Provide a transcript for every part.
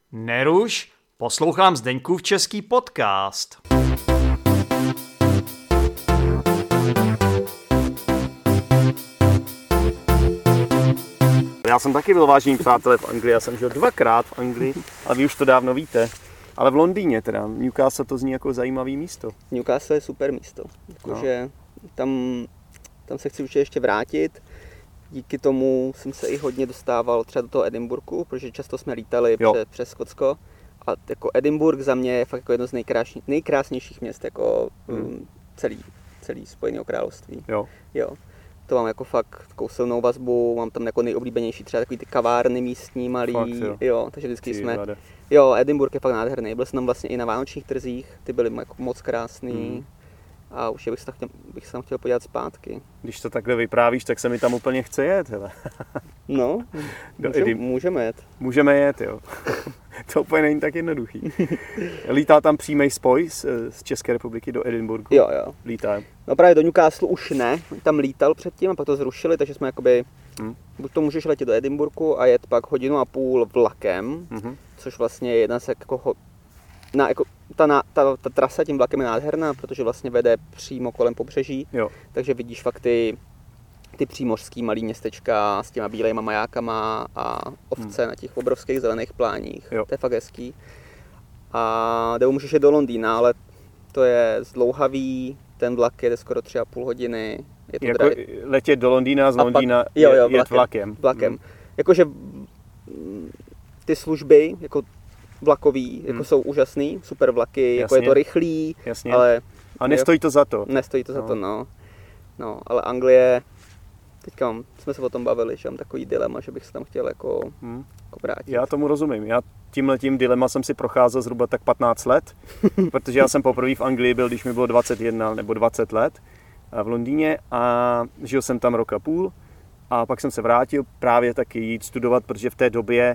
Neruš, poslouchám Zdeňkův český podcast. Já jsem taky byl, vážení přátelé, v Anglii. Já jsem žil 2krát v Anglii, ale vy už to dávno víte. Ale v Londýně teda. Newcastle to zní jako zajímavý místo. Newcastle je super místo. Jakože tam se chci určitě ještě vrátit. Díky tomu jsem se i hodně dostával třeba do toho Edinburghu, protože často jsme lítali přes Skotsko. A jako Edinburgh za mě je fakt jako jedno z nejkrásnějších měst jako celý Spojeného království. Jo. To mám jako fakt takovou silnou vazbu, mám tam jako nejoblíbenější třeba takový ty kavárny místní malý, fakt, jo, takže vždycky jsme, Edinburgh je fakt nádherný, byl jsem tam vlastně i na vánočních trzích, ty byly jako moc krásný a už bych se tam chtěl podívat zpátky. Když to takhle vyprávíš, tak se mi tam úplně chce jet, hele. No, můžeme jet. Můžeme jet, jo. To úplně není tak jednoduchý. Lítá tam přímý spoj z České republiky do Edinburghu? Jo. Lítá. No právě do Newcastle už ne, tam lítal předtím a pak to zrušili, takže jsme jakoby, buď to můžeš letět do Edinburghu a jet pak 1,5 hodiny vlakem, což vlastně je jedna z ta trasa tím vlakem je nádherná, protože vlastně vede přímo kolem pobřeží, takže vidíš fakt ty přímořský malý městečka s těma bílejma majákama a ovce na těch obrovských zelených pláních. To je fakt hezký. A nebo můžeš jít do Londýna, ale to je zdlouhavý, ten vlak jede skoro 3,5 hodiny. Je to jako letět do Londýna, z Londýna jet vlakem. Jakože ty služby jako vlakový jako jsou úžasný, super vlaky, jako je to rychlý, ale... A nestojí to za to. Nestojí to za to, no, ale Anglie... Teďka jsme se o tom bavili, že mám takový dilema, že bych se tam chtěl jako vrátit. Já tomu rozumím. Já tímhletím dilema jsem si procházel zhruba tak 15 let, protože já jsem poprvé v Anglii byl, když mi bylo 21 nebo 20 let v Londýně a žil jsem tam 1,5 roku a pak jsem se vrátil právě taky jít studovat, protože v té době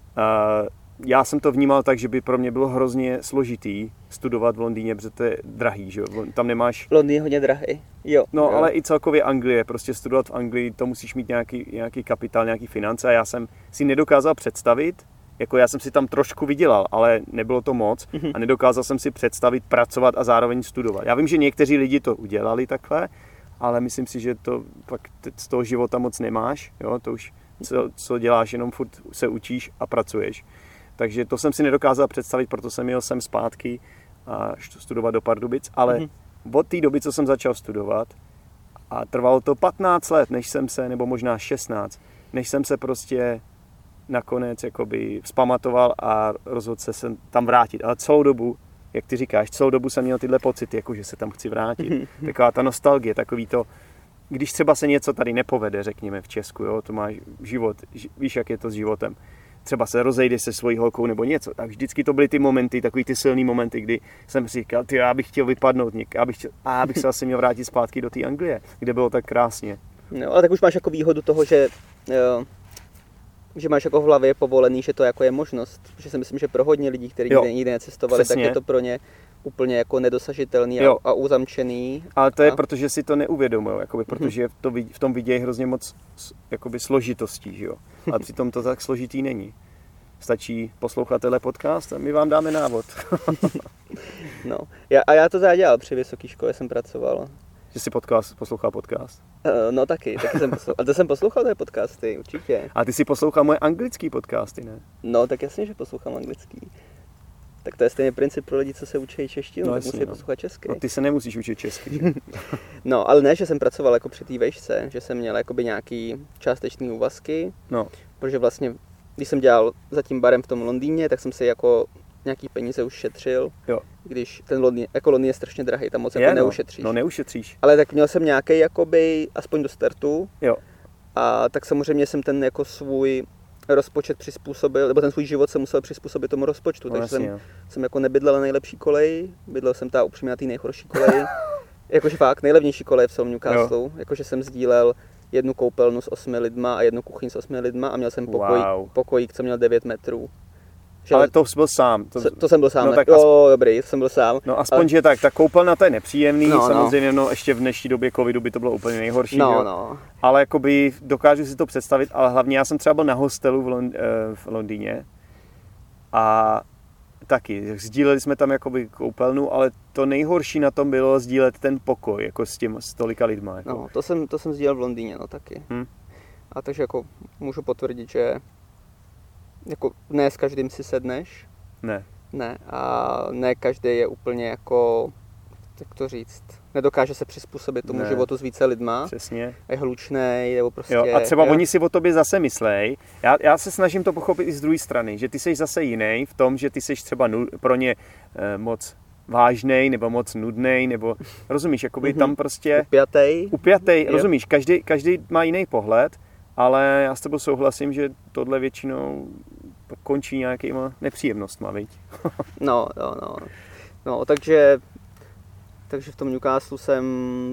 já jsem to vnímal tak, že by pro mě bylo hrozně složitý studovat v Londýně, protože to je drahý, že jo? Tam nemáš... Londýn je hodně drahý, jo. Ale i celkově Anglie, prostě studovat v Anglii, to musíš mít nějaký kapitál, nějaký finance a já jsem si nedokázal představit, jako já jsem si tam trošku vydělal, ale nebylo to moc a nedokázal jsem si představit pracovat a zároveň studovat. Já vím, že někteří lidi to udělali takhle, ale myslím si, že to pak z toho života moc nemáš, jo? To už co děláš, jenom furt se učíš a pracuješ. Takže to jsem si nedokázal představit, proto jsem jel sem zpátky a studovat do Pardubic, ale od té doby, co jsem začal studovat, a trvalo to 15 let, než jsem se, nebo možná 16, než jsem se prostě nakonec jakoby vzpamatoval a rozhodl se tam vrátit. Ale celou dobu, jak ty říkáš, celou dobu jsem měl tyhle pocity, jako že se tam chci vrátit. Taková ta nostalgie, takový to, když třeba se něco tady nepovede, řekněme v Česku, jo, to máš život, víš, jak je to s životem. Třeba se rozejdeš se svojí holkou nebo něco, tak vždycky to byly ty momenty, takový ty silný momenty, kdy jsem říkal, já bych chtěl vypadnout někam, já bych se asi měl vrátit zpátky do té Anglie, kde bylo tak krásně. No, ale tak už máš jako výhodu toho, že máš jako v hlavě povolený, že to jako je možnost, protože si myslím, že pro hodně lidí, kteří nikdy necestovali, tak je to pro ně úplně jako nedosažitelný a uzamčený. Ale to je proto, že si to neuvědomují, protože v tom vidějí hrozně moc jakoby složitostí, že jo. Ale přitom to tak složitý není. Stačí poslouchat tenhle podcast a my vám dáme návod. No, já to dělal při vysoké škole, jsem pracoval. Že jsi poslouchal podcast? No taky jsem poslouchal. A to jsem poslouchal ty podcasty, určitě. A ty si poslouchal moje anglický podcasty, ne? No, tak jasně, že poslouchám anglický. Tak to je stejný princip pro lidi, co se učí češtinu, tak musí poslouchat česky. No ty se nemusíš učit česky. No, ale ne, že jsem pracoval jako při té vejšce, že jsem měl jakoby nějaký částečný úvazky, protože vlastně, když jsem dělal za tím barem v tom Londýně, tak jsem si jako nějaký peníze už šetřil, když ten Londýn je strašně drahý, tam moc jako neušetříš. No neušetříš. Ale tak měl jsem nějaký jakoby, aspoň do startu, a tak samozřejmě jsem ten jako svůj rozpočet přizpůsobil, nebo ten svůj život jsem musel přizpůsobit tomu rozpočtu, takže jsem jako nebydlel na nejlepší koleji, bydlel jsem upřímně na té nejhorší koleji, jakože fakt nejlevnější koleje v celém Newcastle, jakože jsem sdílel jednu koupelnu s 8 lidma a jednu kuchyň s 8 lidma a měl jsem pokojík, co měl 9 metrů. Ale to jsi byl sám. To jsem byl sám, dobrý, jsem byl sám. No aspoň, že tak, ta koupelna to je nepříjemný, samozřejmě, ještě v dnešní době covidu by to bylo úplně nejhorší, ale jakoby dokážu si to představit, ale hlavně já jsem třeba byl na hostelu v Londýně a taky, sdíleli jsme tam jakoby koupelnu, ale to nejhorší na tom bylo sdílet ten pokoj, jako s tolika lidma. Jako. No, to jsem sdílel v Londýně, no taky. A takže jako můžu potvrdit, že jako ne s každým si sedneš. Ne, a ne každý je úplně jako, jak to říct, nedokáže se přizpůsobit tomu životu s více lidma. Přesně. Je hlučnej, nebo prostě... Jo, a třeba oni si o tobě zase myslej. Já se snažím to pochopit i z druhé strany, že ty seš zase jiný v tom, že ty seš třeba pro ně moc vážnej, nebo moc nudnej, nebo rozumíš, jakoby tam prostě... Upjatej, rozumíš, každý má jiný pohled, ale já s tebou souhlasím, že tohle většinou končí nějakýma nepříjemnostma, viď? No, takže v tom Newcastle jsem...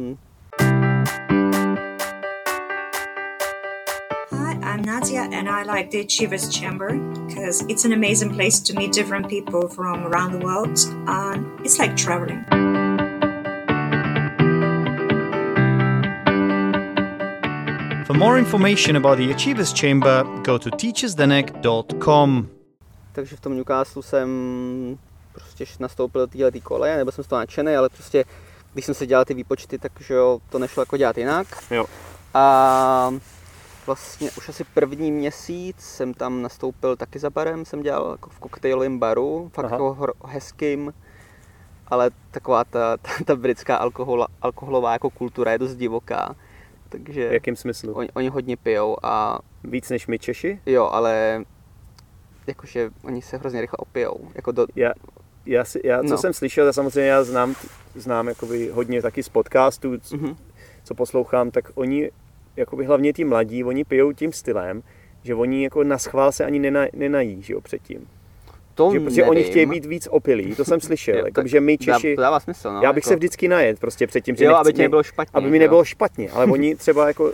Hi, I'm Nadia and I like the Achievers Chamber because it's an amazing place to meet different people from around the world and it's like traveling. For more information about the Achievers Chamber, go to teachersdenek.com. Takže v tom Newcastle jsem prostě nastoupil do této koleje, nebyl jsem z toho nadšený, ale prostě když jsem si dělal ty výpočty, takže to nešlo jako dělat jinak. Jo. A vlastně už asi první měsíc jsem tam nastoupil taky za barem, jsem dělal jako v koktejlovém baru, fakt jako hezkým, ale taková ta britská alkoholová jako kultura je dost divoká. Takže v jakém smyslu? Oni hodně pijou a... Víc než my Češi? Jo, ale jakože oni se hrozně rychle opijou. Jako Co jsem slyšel, já samozřejmě znám jakoby hodně taky z podcastů, co poslouchám, tak oni, jakoby hlavně ti mladí, oni pijou tím stylem, že oni jako na schvál se ani nenají, že jo, předtím. Že prostě oni chtějí být víc opilí, to jsem slyšel, jakože my Češi, to dává smysl, no, já bych jako... se vždycky najet prostě předtím, že aby ti nebylo špatně. Aby mi nebylo špatně, ale oni třeba jako,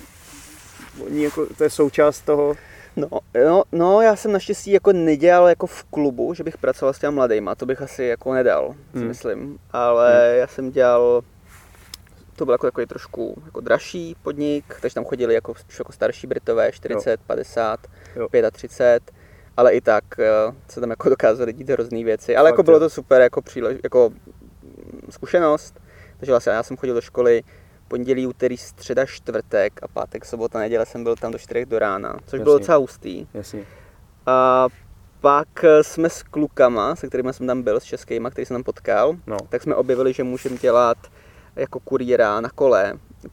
to je součást toho. No, já jsem naštěstí jako nedělal jako v klubu, že bych pracoval s těma mladejma, to bych asi jako nedal, si myslím, ale já jsem dělal, to byl jako takový trošku jako dražší podnik, takže tam chodili jako starší Britové, 40, 50, 35, ale i tak se tam jako dokázali dít hrozný věci, ale jako bylo to super jako zkušenost, takže vlastně já jsem chodil do školy pondělí, úterý, středa, čtvrtek a pátek, sobota, neděle jsem byl tam do 4 do rána, což bylo docela hustý. Jasně. A pak jsme s klukama, se kterými jsem tam byl, s českýma, který jsem tam potkal, tak jsme objevili, že můžeme dělat jako kurýra na kole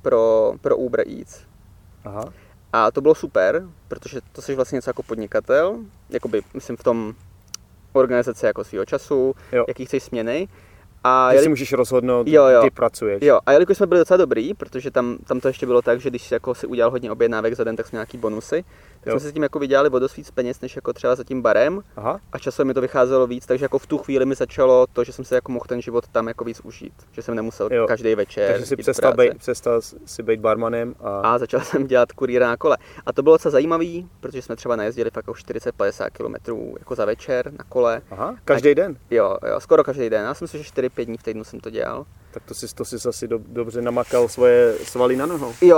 pro Uber Eats. Aha. A to bylo super, protože to jsi vlastně něco jako podnikatel, jakoby, myslím v tom organizace jako svýho času, jaký chceš směny. A ty si můžeš rozhodnout, ty pracuješ. Jo, a jelikož jsme byli docela dobrý, protože tam to ještě bylo tak, že když jako si udělal hodně objednávek za den, tak jsme nějaký bonusy. Tak jsme si tím jako vydělali o dost víc peněz, než jako třeba za tím barem. Aha. A časově mi to vycházelo víc, takže jako v tu chvíli mi začalo to, že jsem se jako mohl ten život tam jako víc užít. Že jsem nemusel každý večer. Takže si přestal si být barmanem a začal jsem dělat kurýra na kole. A to bylo docela zajímavý, protože jsme třeba najezdili fakt už 40-50 km jako za večer na kole. Aha, každý den? Jo, skoro každý den. Já si myslím, že 4-5 dní v týdnu jsem to dělal. Tak to jsi asi dobře namakal svoje svaly na nohou. Jo.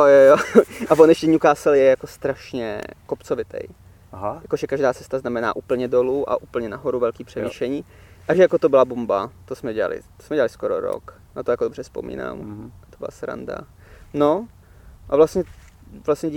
A on ještě Newcastle je jako strašně kopcovitý. Aha. Jakože každá cesta znamená úplně dolů a úplně nahoru velký převýšení. A že jako to byla bomba, to jsme dělali skoro rok. Na to jako dobře vzpomínám. To byla sranda. No a vlastně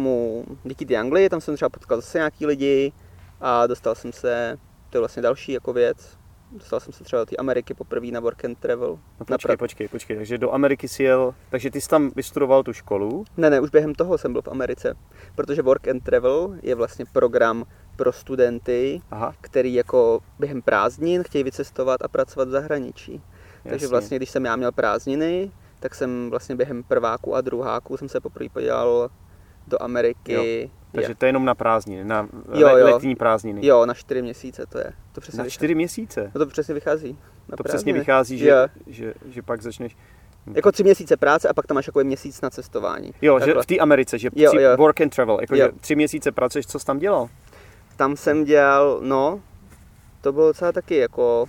díky té Anglii, tam jsem třeba potkal zase nějaký lidi a dostal jsem se, to je vlastně další jako věc. Dostal jsem se třeba do té Ameriky poprvé na work and travel. No počkej, takže do Ameriky si jel, takže ty jsi tam vystudoval tu školu? Ne, už během toho jsem byl v Americe, protože work and travel je vlastně program pro studenty, který jako během prázdnin chtějí vycestovat a pracovat v zahraničí. Jasně. Takže vlastně, když jsem já měl prázdniny, tak jsem vlastně během prváku a druháku jsem se poprvé podíval do Ameriky. Jo. Takže to je jenom na prázdniny, na letní prázdniny. Jo, na 4 měsíce to je. To přesně na 4 měsíce? No to přesně vychází. To přesně vychází, že pak začneš... Jako 3 měsíce práce a pak tam máš jako měsíc na cestování. Jo, že v té Americe, že work and travel, jakože 3 měsíce pracuješ, co jsi tam dělal? Tam jsem dělal, to bylo docela taky jako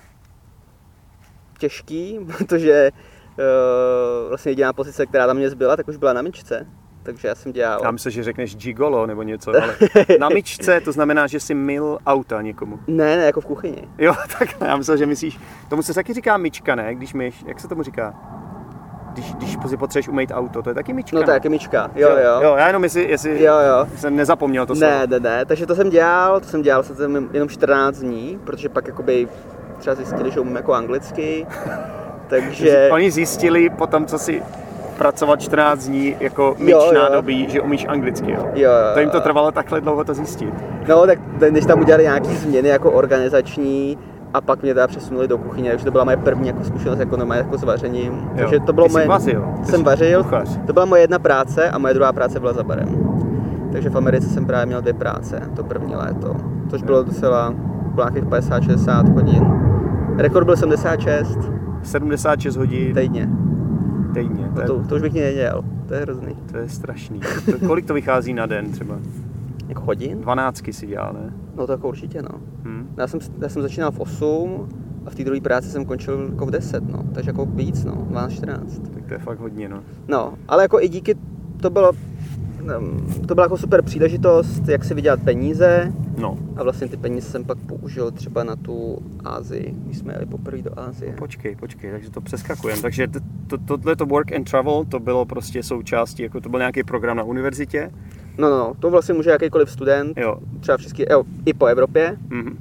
těžký, protože vlastně jediná pozice, která tam mě zbyla, tak už byla na myčce. takže já jsem dělal... Já myslím, že řekneš gigolo nebo něco, ale na myčce to znamená, že jsi myl auta někomu. Ne, jako v kuchyni. Jo, tak já myslel, že myslíš, tomu se taky říká myčka, ne? Když myš, jak se tomu říká? Když potřebuješ umýt auto, to je taky myčka. No to je taky myčka, jo. Jo, já jenom jestli jo. jsem nezapomněl to slovo. Ne, takže to jsem dělal jsem jenom 14 dní, protože pak jakoby třeba zjistili, že umím jako anglicky, takže... Oni zjistili potom, co si pracovat 14 dní jako myč nádobí, že umíš anglicky, jo? Jo. To jim to trvalo takhle dlouho to zjistit. No, tak než tam udělali nějaký změny jako organizační, a pak mě teda přesunuli do kuchyně, takže to byla moje první jako zkušenost jako normálně jako s vařením. Jo. Takže to bylo Ty jsi vařil? Jsem vařil. Kuchař. To byla moje jedna práce a moje druhá práce byla za barem. Takže v Americe jsem právě měl 2 práce, to první léto. Což bylo docela, bylo nějakých 50-60 hodin. Rekord byl 76. 76 hodin. Týdně. To už bych nikdy nedělal, to je hrozný. To je strašný. Kolik to vychází na den třeba? Jako hodin? 12 si dělal, ne? No to jako určitě, no. Já jsem začínal v 8 a v té druhé práci jsem končil jako v 10, no. Takže jako víc, no. 12-14. Tak to je fakt hodně, no. No, ale jako i díky, to byla jako super příležitost, jak si vydělat peníze. No. A vlastně ty peníze jsem pak použil třeba na tu Asii, když jsme jeli poprvé do Asie. Počkej, takže to přeskakujeme. Takže tohleto work and travel, to bylo prostě součástí, jako to byl nějaký program na univerzitě. No, to vlastně může jakýkoliv student, třeba i po Evropě,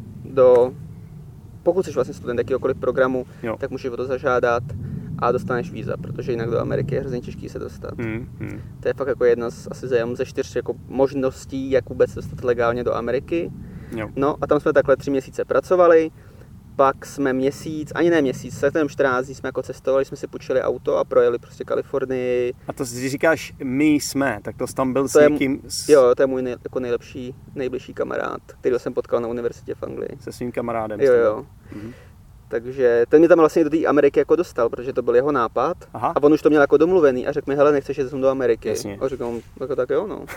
pokud jsi vlastně student jakýkoliv programu, tak můžeš o to zažádat a dostaneš víza, protože jinak do Ameriky je hrozně těžký se dostat. To je fakt jako jedna ze 4 jako možností, jak vůbec dostat legálně do Ameriky. Jo. No a tam jsme takhle 3 měsíce pracovali, pak jsme měsíc, celkem 14 dní jsme jako cestovali, jsme si půjčili auto a projeli prostě Kalifornii. A to když říkáš my jsme, tak to jsi tam byl s někým... Jo, to je můj nejbližší kamarád, který jsem potkal na univerzitě v Anglii. Se svým kamarádem. Jo. Takže ten mě tam vlastně do té Ameriky jako dostal, protože to byl jeho nápad. Aha. A on už to měl jako domluvený a řekl mi, hele, nechceš jít do Ameriky. Jasně. A říkám, jako tak jo, no.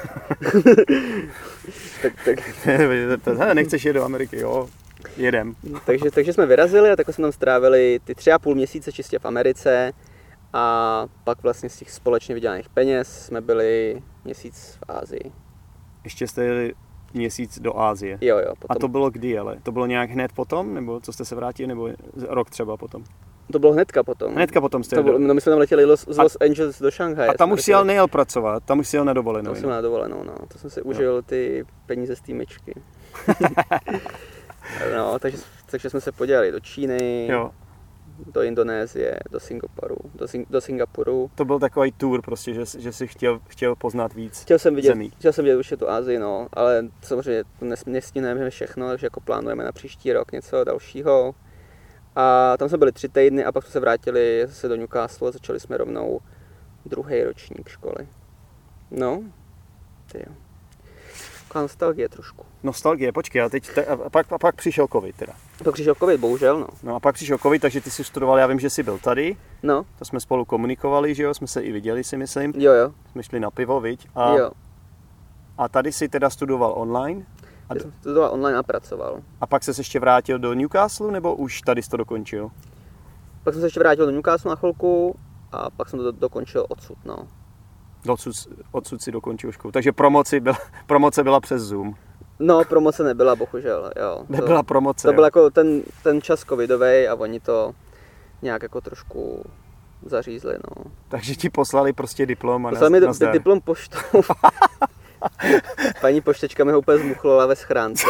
tak. Nechceš jít do Ameriky, jo. Jedem. Takže jsme vyrazili a takhle jsme tam strávili ty 3,5 měsíce čistě v Americe a pak vlastně z těch společně vydělaných peněz jsme byli měsíc v Asii. Ještě jste jeli měsíc do Asie. Jo, potom. A to bylo kdy, ale? To bylo nějak hned potom, nebo co jste se vrátili, nebo rok třeba potom? To bylo hnedka potom. Hnedka potom jste jeli. My jsme tam letěli z Los Angeles do Šanghaje. A tam už si nejel pracovat, tam už si jel na dovolenou. Tam jsem na dovolenou, no. To jsem si užil ty peníze z té myčky. No, takže jsme se podělali do Číny, do Indonésie, do Singapuru. To byl takový tour prostě, že jsi chtěl poznat víc zemí. Chtěl jsem vidět už tu Asii, no, ale samozřejmě to nestihneme všechno, takže jako plánujeme na příští rok něco dalšího. A tam jsme byli 3 týdny a pak jsme se vrátili zase do Newcastle a začali jsme rovnou 2. ročník školy. No, tyjo. Taková nostalgie trošku. Nostalgie, počkej, a pak přišel covid teda. Pak přišel covid, bohužel, no. No a pak přišel covid, takže ty jsi studoval, já vím, že jsi byl tady. No. To jsme spolu komunikovali, že jo, jsme se i viděli, si myslím. Jo. Jsme šli na pivo, viď? A tady si teda studoval online? Já jsem studoval online a pracoval. A pak se ještě vrátil do Newcastle, nebo už tady jsi to dokončil? Pak jsem se ještě vrátil do Newcastle na chvilku a pak jsem to dokončil odsud, no. Odsud si dokončil školu. Takže promoce byla přes Zoom. No, promoce nebyla, bohužel, jo. Nebyla promoce. To byl jako ten čas covidovej a oni to nějak jako trošku zařízli, no. Takže ti poslali prostě diplom a poslali mi diplom poštou. Paní poštečka mi ho úplně zmuchlala ve schránce.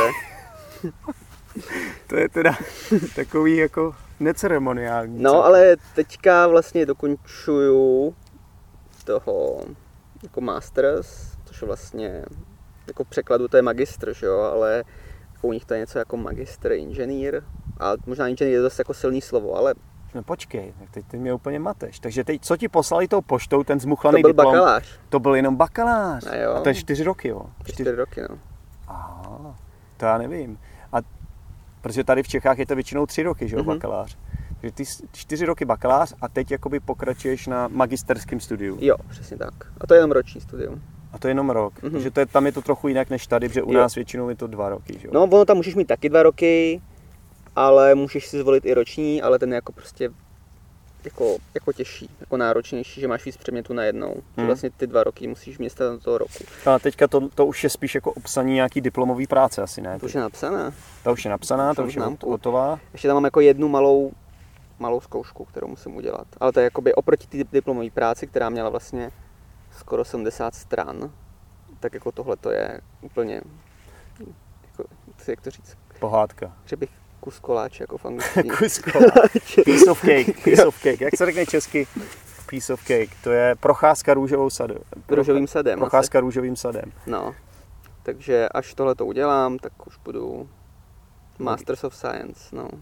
To je teda takový jako neceremoniální. No, ale teďka vlastně dokončuju toho jako masters, což je vlastně jako v překladu to je magistr, že jo, ale jako u nich to je něco jako magistr, inženýr, a možná inženýr je zase jako silný slovo, ale... No počkej, tak teď ty mě úplně mateš. Takže teď, co ti poslali tou poštou, ten zmuchlaný diplom? To byl bakalář. To byl jenom bakalář. A to je 4 roky, jo? 4 roky, no. Aha, to já nevím. A protože tady v Čechách je to většinou 3 roky, že jo, bakalář. Takže ty 4 roky bakalář a teď jakoby pokračuješ na magisterském studiu. Jo, přesně tak. A to je jenom roční studium. A to je jenom rok. Takže tam je to trochu jinak než tady, protože u nás většinou je to 2 roky, že jo? No, ono tam můžeš mít taky 2 roky, ale můžeš si zvolit i roční, ale ten je jako prostě jako těžší, jako náročnější, že máš víc předmětů najednou. Vlastně ty 2 roky musíš mít do toho roku. A teďka to už je spíš jako obsaní nějaký diplomový práce asi, ne? To už je napsaná. Ta už je napsaná, ta už je hotová. Ještě tam mám jako jednu malou zkoušku, kterou musím udělat. Ale to je jakoby oproti té diplomové práci, která měla vlastně skoro 70 stran, tak jako tohle to je úplně, jako, jak to říct? Pohádka. Že bych kus koláče, jako v angličtině. Kus koláče. Piece of cake. Jak se řekne česky? Piece of cake. To je procházka růžovým sadem. Procházka růžovým sadem. No, takže až tohle to udělám, tak už budu Masters of Science, no.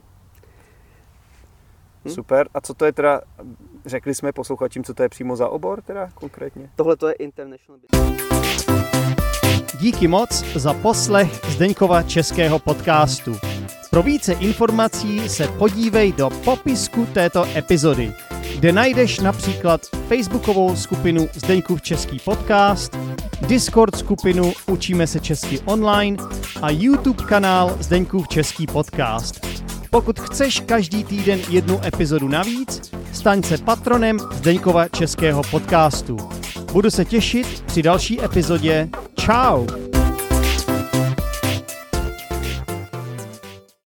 Super. A co to je teda, řekli jsme posluchačům, co to je přímo za obor teda konkrétně? Tohle to je International Business. Díky moc za poslech Zdeňkova českého podcastu. Pro více informací se podívej do popisku této epizody, kde najdeš například facebookovou skupinu Zdeňkův český podcast, Discord skupinu Učíme se česky online a YouTube kanál Zdeňkův český podcast. Pokud chceš každý týden 1 epizodu navíc, staň se patronem Zdeňkova českého podcastu. Budu se těšit při další epizodě. Čau!